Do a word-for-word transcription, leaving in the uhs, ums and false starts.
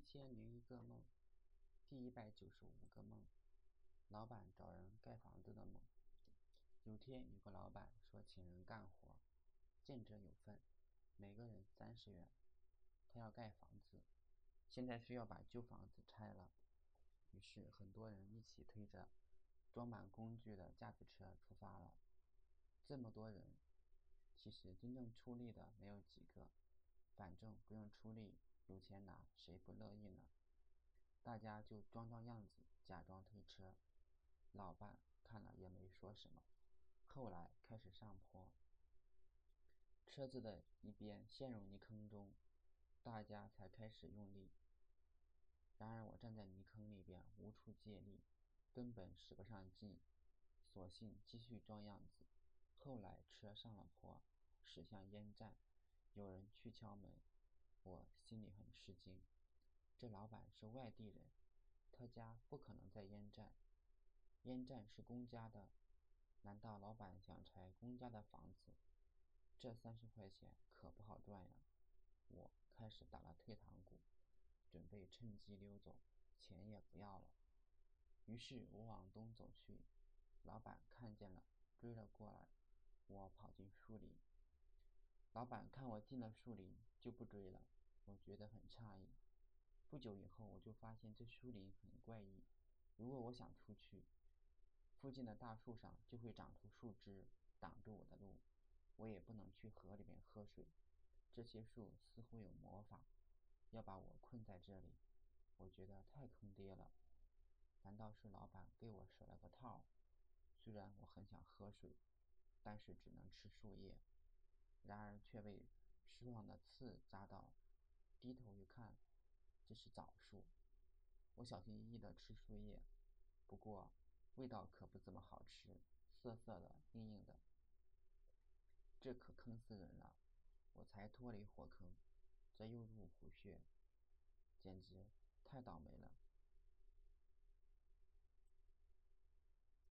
千零一个梦，第一百九十五个梦，老板找人盖房子的梦。有天有个老板说请人干活，见者有份，每个人三十元。他要盖房子，现在需要把旧房子拆了，于是很多人一起推着装满工具的架子车出发了。这么多人，其实真正出力的没有几个，反正不用出力，有钱拿，谁不乐意呢？大家就装装样子，假装推车。老板看了也没说什么。后来开始上坡，车子的一边陷入泥坑中，大家才开始用力。然而我站在泥坑里边无处借力，根本使不上劲，索性继续装样子。后来车上了坡，驶向烟站，有人去敲门，我心里很吃惊。这老板是外地人，他家不可能在烟站，烟站是公家的，难道老板想拆公家的房子？这三十块钱可不好赚呀！我开始打了退堂鼓，准备趁机溜走，钱也不要了。于是我往东走去，老板看见了，追了过来。我跑进树林，老板看我进了树林就不追了，我觉得很诧异。不久以后，我就发现这树林很怪异，如果我想出去，附近的大树上就会长出树枝挡住我的路，我也不能去河里面喝水。这些树似乎有魔法，要把我困在这里，我觉得太坑爹了。难道是老板给我设了个套？虽然我很想喝水，但是只能吃树叶，然而却被树上的刺扎到。低头一看，这是枣树。我小心翼翼地吃树叶，不过味道可不怎么好吃，涩涩的，硬硬的。这可坑死人了！我才脱离火坑，这又入虎穴，简直太倒霉了。